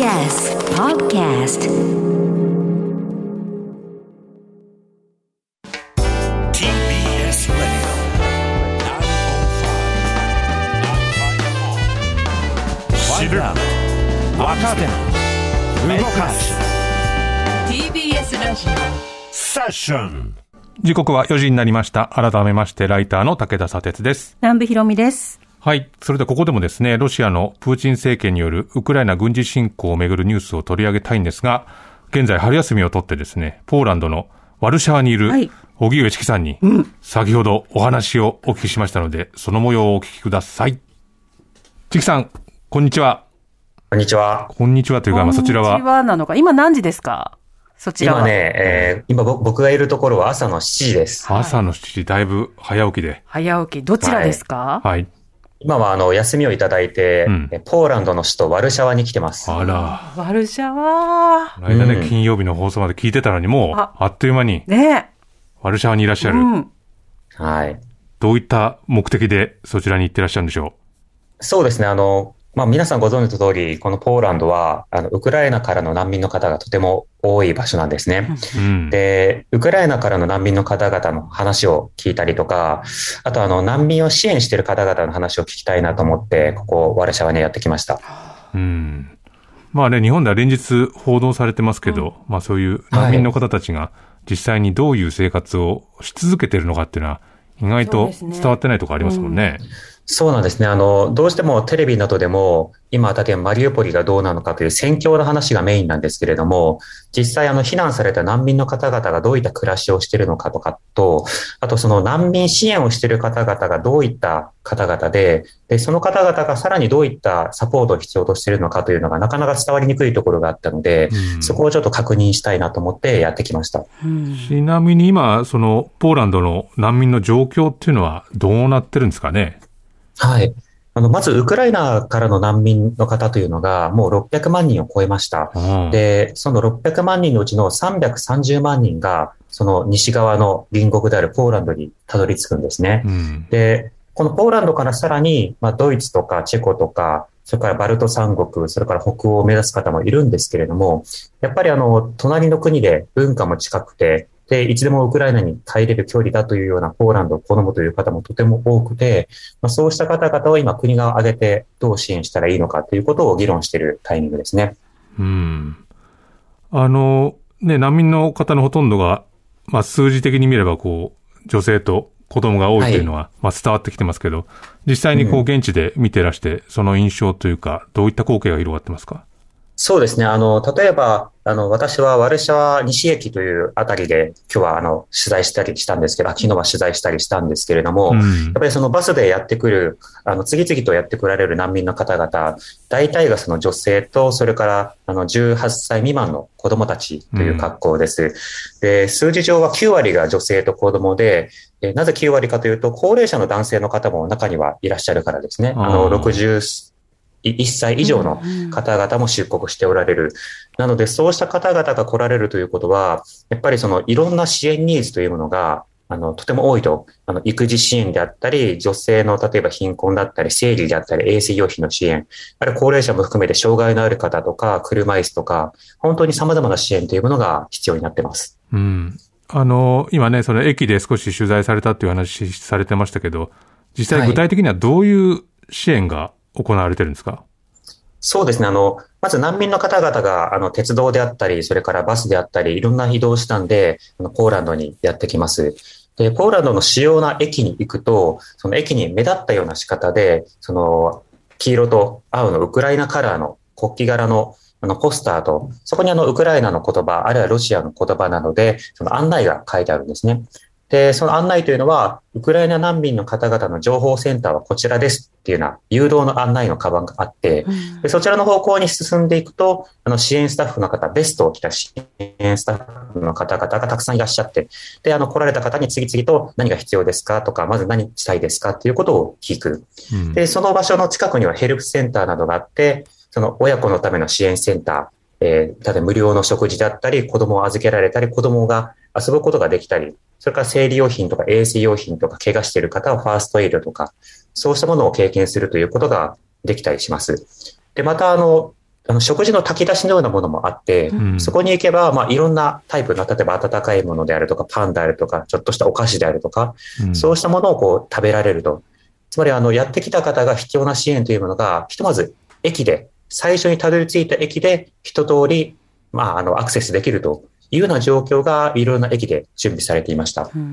TBS Podcast TBS Radio 905 知る若手動かす TBS ラジオセッション。 時刻は4時になりました。改めましてライターの武田砂鉄です。 南部ひろみです。 はい。それでここでもですね、ロシアのプーチン政権によるウクライナ軍事侵攻をめぐるニュースを取り上げたいんですが、現在春休みを取ってですね、ポーランドのワルシャワにいる荻上チキさんに、先ほどお話をお聞きしましたので、その模様をお聞きください。チキさん、こんにちは。 こんにちは。 こんにちはというか、そちらは。 こんにちはなのか。今何時ですか？そちらは。 今ね、今僕がいるところは朝の7時です。 朝の7時、だいぶ早起きで。 早起き。どちらですか？ はい。 今は休みをいただいて、ポーランドの首都ワルシャワに来てます。 あら。 ワルシャワ。 間ね、金曜日の放送まで聞いてたのに、もう、あっという間に、 ね、 ワルシャワにいらっしゃる。 はい。 どういった目的でそちらに行ってらっしゃるんでしょう？そうですね、皆さんご存知の通り、このポーランドは、ウクライナからの難民の方がとても多い場所なんですね。で、ウクライナからの難民の方々の話を聞いたりとか、あと難民を支援している方々の話を聞きたいなと思って、ここ、ワルシャワにやってきました。 まあね、日本では連日報道されてますけど、そういう難民の方たちが実際にどういう生活をし続けているのかっていうのは、意外と伝わってないところありますもんね。 そうなんですね。どうしてもテレビなどでも、今、例えばマリウポリがどうなのかという戦況の話がメインなんですけれども、実際避難された難民の方々がどういった暮らしをしているのかとかと、あとその難民支援をしている方々がどういった方々で、その方々がさらにどういったサポートを必要としているのかというのがなかなか伝わりにくいところがあったので、そこをちょっと確認したいなと思ってやってきました。 ちなみに今、そのポーランドの難民の状況っていうのはどうなってるんですかね？ はい。まず、ウクライナからの難民の方というのが、もう600万人を超えました。で、その600万人のうちの330万人が、その西側の隣国であるポーランドにたどり着くんですね。で、このポーランドからさらに、ドイツとかチェコとか、それからバルト三国、それから北欧を目指す方もいるんですけれども、やっぱり隣の国で文化も近くて、で、いつでもウクライナに帰れる距離だというようなポーランドを好むという方もとても多くて、そうした方々を今国が挙げてどう支援したらいいのかということを議論しているタイミングですね。 難民の方のほとんどが、数字的に見れば女性と子供が多いというのは、伝わってきてますけど、実際に現地で見てらして、その印象というか、どういった光景が広がってますか？ そうですね。例えば、私はワルシャワ西駅というあたりで今日は取材したりしたんですけど、昨日は取材したりしたんですけれども、やっぱりそのバスでやってくる、次々とやってこられる難民の方々、大体がその女性と、それから18歳未満の子供たちという格好です。で、数字上は9割が女性と子供で、なぜ9割かというと、高齢者の男性の方も中にはいらっしゃるからですね。1歳以上の方々も出国しておられる。なので、そうした方々が来られるということは、やっぱりいろんな支援ニーズというものが、とても多いと。育児支援であったり、女性の例えば貧困だったり、生理であったり、衛生用品の支援、あるいは高齢者も含めて障害のある方とか、車椅子とか、本当に様々な支援というものが必要になっています。 今ね、その駅で少し取材されたという話されてましたけど、実際具体的にはどういう支援が行われてるんですか？ そうですね。まず難民の方々が、鉄道であったり、それからバスであったり、いろんな移動手段で、ポーランドにやってきます。で、ポーランドの主要な駅に行くと、その駅に目立ったような仕方で、黄色と青のウクライナカラーの国旗柄のポスターと、そこにウクライナの言葉、あるいはロシアの言葉などで、その案内が書いてあるんですね。で、その案内というのは、ウクライナ難民の方々の情報センターはこちらですっていうような誘導の案内のカバンがあって、でそちらの方向に進んでいくと、支援スタッフの方、ベストを着た支援スタッフの方々がたくさんいらっしゃって、で、来られた方に次々と何が必要ですかとか、まず何したいですかっていうことを聞く。で、その場所の近くにはヘルプセンターなどがあって、その親子のための支援センター、例えば無料の食事だったり、子供を預けられたり、子供が遊ぶことができたり、それから生理用品とか衛生用品とか怪我している方はファーストエイドとか、そうしたものを経験するということができたりします。で、また食事の炊き出しのようなものもあって、そこに行けば、いろんなタイプの、例えば温かいものであるとか、パンであるとか、ちょっとしたお菓子であるとか、そうしたものを食べられると。つまり、やってきた方が必要な支援というものが、ひとまず駅で、最初にたどり着いた駅で、一通り、アクセスできるというような状況が、いろんな駅で準備されていました。 こ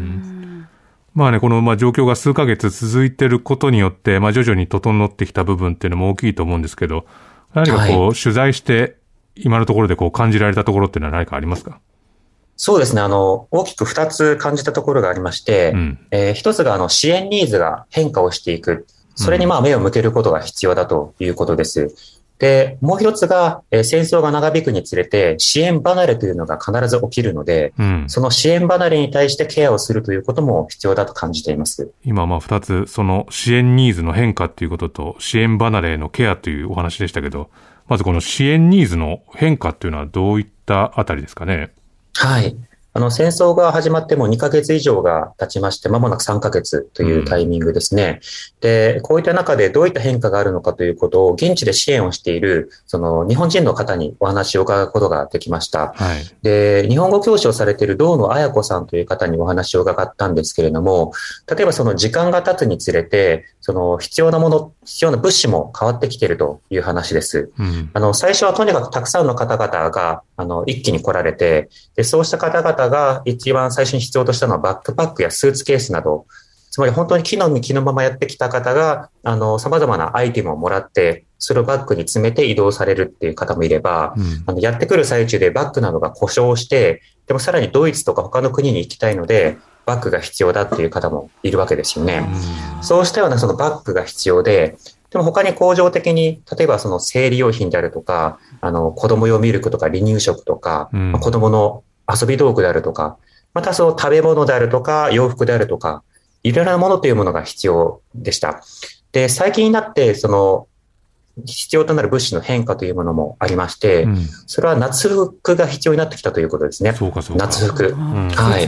の状況が数ヶ月続いていることによって、徐々に整ってきた部分っていうのも大きいと思うんですけど、何か取材して、今のところで感じられたところっていうのは何かありますか？ そうですね。大きく2つ感じたところがありまして、一つが支援ニーズが変化をしていく。それに目を向けることが必要だということです。で、もう一つが、戦争が長引くにつれて支援離れというのが必ず起きるので、その支援離れに対してケアをするということも必要だと感じています。 今二つ、その支援ニーズの変化ということと支援離れのケアというお話でしたけど、まずこの支援ニーズの変化というのはどういったあたりですかね？ はい。戦争が始まっても2ヶ月以上が経ちまして、間もなく3ヶ月というタイミングですね。で、こういった中でどういった変化があるのかということを現地で支援をしている、日本人の方にお話を伺うことができました。で、日本語教師をされている堂野彩子さんという方にお話を伺ったんですけれども、例えば時間が経つにつれて、必要な物資も変わってきているという話です。最初はとにかくたくさんの方々が、一気に来られて、で、そうした方々が一番最初に必要としたのはバックパックやスーツケースなど、つまり本当に木の実木のままやってきた方が、様々なアイテムをもらって、それをバッグに詰めて移動されるっていう方もいれば、やってくる最中でバッグなどが故障して、でもさらにドイツとか他の国に行きたいので、バッグが必要だっていう方もいるわけですよね。そうしたようなバッグが必要で、でも他に恒常的に、例えば生理用品であるとか、子供用ミルクとか離乳食とか、子供の遊び道具であるとか、また食べ物であるとか、洋服であるとか、いろいろなものというものが必要でした。で、最近になって、必要となる物資の変化というものもありまして、それは夏服が必要になってきたということですね。夏服。はい。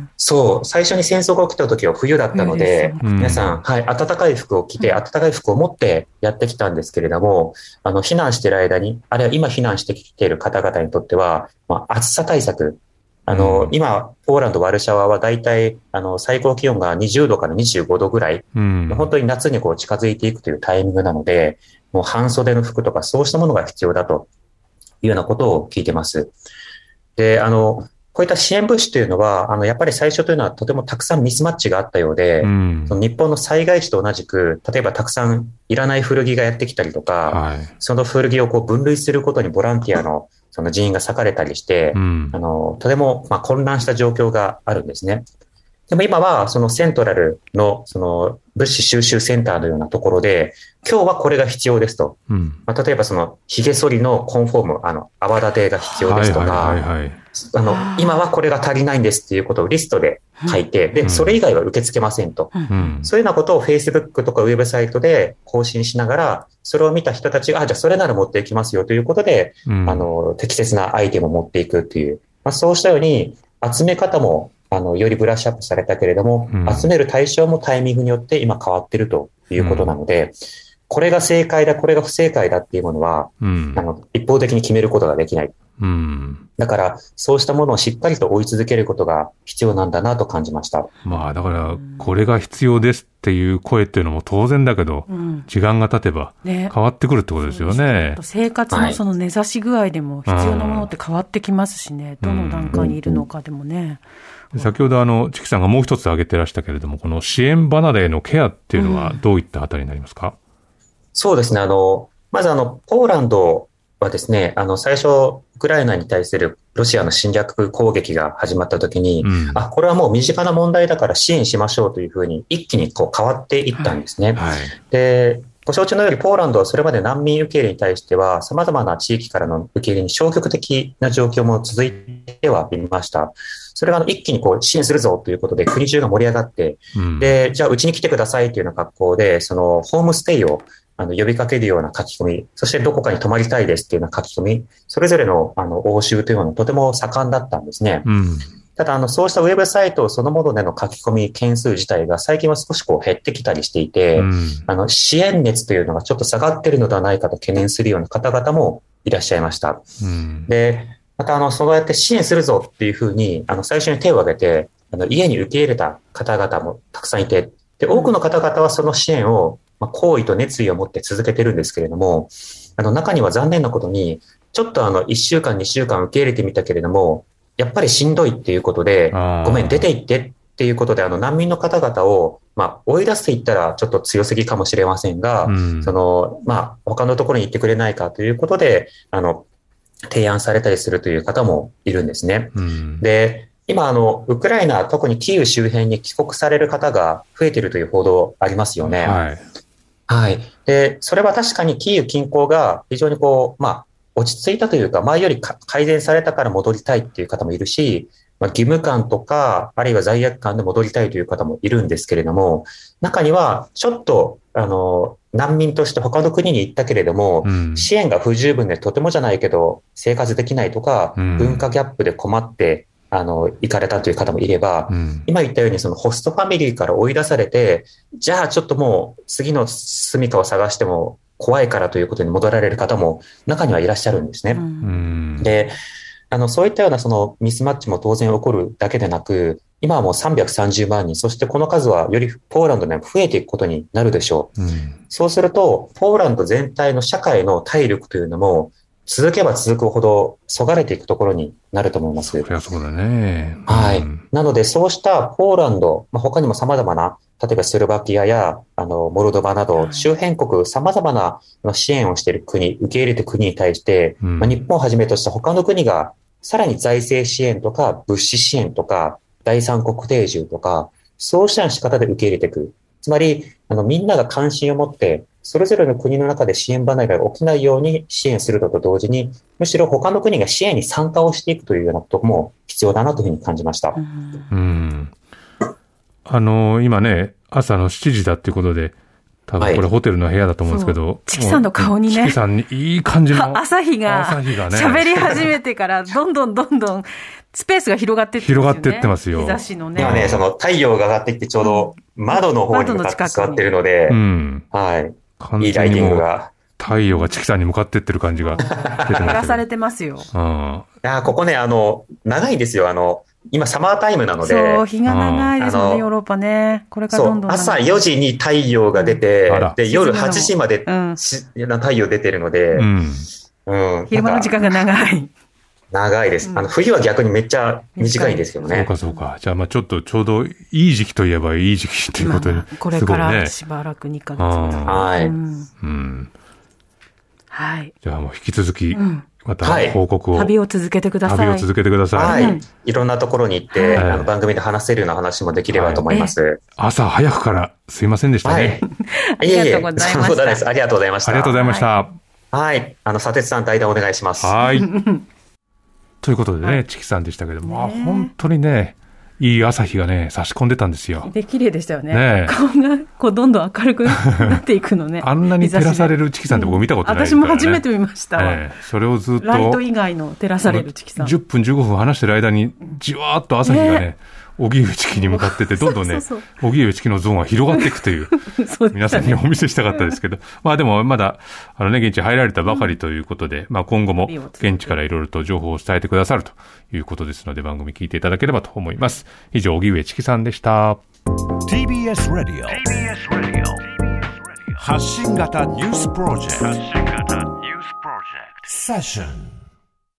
そう。最初に戦争が起きた時は冬だったので、皆さん、暖かい服を着て、暖かい服を持ってやってきたんですけれども、避難している間に、あるいは今避難してきている方々にとっては、暑さ対策、今、ポーランド、ワルシャワはだいたい、最高気温が20度から25度ぐらい、本当に夏に近づいていくというタイミングなので、もう半袖の服とかそうしたものが必要だというようなことを聞いてます。で、こういった支援物資というのは、やっぱり最初というのはとてもたくさんミスマッチがあったようで、日本の災害時と同じく、例えばたくさんいらない古着がやってきたりとか、その古着を分類することにボランティアの人員が割かれたりして、とても混乱した状況があるんですね。でも今はセントラルの物資収集センターのようなところで、今日はこれが必要ですと。例えば髭剃りのコンフォーム、泡立てが必要ですとか、今はこれが足りないんですっていうことをリストで書いて、で、それ以外は受け付けませんと。そういうようなことを Facebook とかウェブサイトで更新しながら、それを見た人たちが、じゃあそれなら持っていきますよということで、適切なアイテムを持っていくっていう、そうしたように集め方もよりブラッシュアップされたけれども、集める対象もタイミングによって今変わっているということなので、これが正解だ、これが不正解だっていうものは、一方的に決めることができない。だから、そうしたものをしっかりと追い続けることが必要なんだなと感じました。 だから、これが必要ですっていう声っていうのも当然だけど、時間が経てば変わってくるってことですよね。 生活の根ざし具合でも必要なものって変わってきますしね。どの段階にいるのかでもね。 先ほどチキさんがもう一つ挙げてらしたけれども、この支援離れのケアっていうのはどういったあたりになりますか？ そうですね。まずポーランドはですね、最初、ウクライナに対するロシアの侵略攻撃が始まったときに、これはもう身近な問題だから支援しましょうというふうに一気に変わっていったんですね。で、ご承知のようにポーランドはそれまで難民受け入れに対しては様々な地域からの受け入れに消極的な状況も続いてはいました。それが一気に支援するぞということで国中が盛り上がって、で、じゃあうちに来てくださいというような格好で、ホームステイを呼びかけるような書き込み、そしてどこかに泊まりたいですというような書き込み、それぞれの応酬というのはとても盛んだったんですね。 ただ、そうしたウェブサイトそのものでの書き込み件数自体が最近は少し減ってきたりしていて、支援熱というのがちょっと下がっているのではないかと懸念するような方々もいらっしゃいました。で、またそうやって支援するぞっていうふうに、最初に手を挙げて、家に受け入れた方々もたくさんいて、で、多くの方々はその支援を、好意と熱意を持って続けてるんですけれども、中には残念なことに、ちょっと1週間、2週間受け入れてみたけれども、やっぱりしんどいっていうことで、ごめん、出て行ってっていうことで、難民の方々を、追い出すと言ったらちょっと強すぎかもしれませんが、他のところに行ってくれないかということで、提案されたりするという方もいるんですね。で、今、ウクライナ、特にキーウ周辺に帰国される方が増えているという報道ありますよね。はい。で、それは確かにキーウ近郊が非常に落ち着いたというか、前より改善されたから戻りたいっていう方もいるし、義務感とか、あるいは罪悪感で戻りたいという方もいるんですけれども、中にはちょっと、難民として他の国に行ったけれども、支援が不十分でとてもじゃないけど、生活できないとか、文化ギャップで困って、行かれたという方もいれば、今言ったようにそのホストファミリーから追い出されて、じゃあちょっともう次の住処を探しても怖いからということに戻られる方も中にはいらっしゃるんですね。で、そういったようなそのミスマッチも当然起こるだけでなく、今はもう330万人、そしてこの数はよりポーランドでも増えていくことになるでしょう。そうすると、ポーランド全体の社会の体力というのも、続けば続くほどそがれていくところになると思います。 そりゃそうだね。 はい。なので、そうしたポーランド、他にも様々な、例えばスロバキアや、モルドバなど、周辺国様々な支援をしている国、受け入れている国に対して、日本をはじめとした他の国が、さらに財政支援とか、物資支援とか、第三国定住とか、そうした仕方で受け入れていく。つまり、みんなが関心を持って、それぞれの国の中で支援離れが起きないように支援するのと同時に、むしろ他の国が支援に参加をしていくというようなことも必要だなというふうに感じました。 今ね、朝の7時だっていうことで、多分これホテルの部屋だと思うんですけど、 チキさんの顔にね、 チキさんにいい感じの朝日が喋り始めてからどんどんスペースが広がっていってますよね。 広がっていってますよ。 日差しのね。 今ね、その太陽が上がってきてちょうど窓の方に向かって座ってるので、はい。いいライティングが。 太陽がチキさんに向かってってる感じが出てますよ。 照らされてますよ。 いや、ここね、長いですよ。今サマータイムなので。 そう、日が長いですよね、ヨーロッパね。これからどんどん。 朝4時に太陽が出て、で、夜8時まで太陽出てるので、 昼間の時間が長い。 長いです。冬は逆にめっちゃ短いんですけどね。 そうか。じゃあ、ちょっょうどいい時期といえばいい時期っていうことに。 これからしばらく2ヶ月ぐらい。 はい。 はい。 じゃあもう引き続き、また報告を。 旅を続けてください。 旅を続けてください。 はい。いろんなところに行って、番組で話せるような話もできればと思います。 朝早くからすいませんでしたね。 ありがとうございました。 ありがとうございました。 ありがとうございました。 はい。佐哲さん代打お願いします。 はい。ということでね、チキさんでしたけども、本当にね、いい朝日がね、差し込んでたんですよ。 で、綺麗でしたよね。顔がどんどん明るくなっていくのね。 あんなに照らされるチキさんって僕見たことないですからね。私も初めて見ましたわ。 それをずっと。 ライト以外の照らされるチキさん。 10分15分話してる間に、じわーっと朝日がね、荻上チキに向かってて、どんどんね、荻上チキのゾーンが広がっていくという、皆さんにお見せしたかったですけど、でもまだ、現地入られたばかりということで、今後も現地からいろいろと情報を伝えてくださるということですので、番組聞いていただければと思います。以上、荻上チキさんでした。 TBS ラディオ発信型ニュースプロジェクトセッション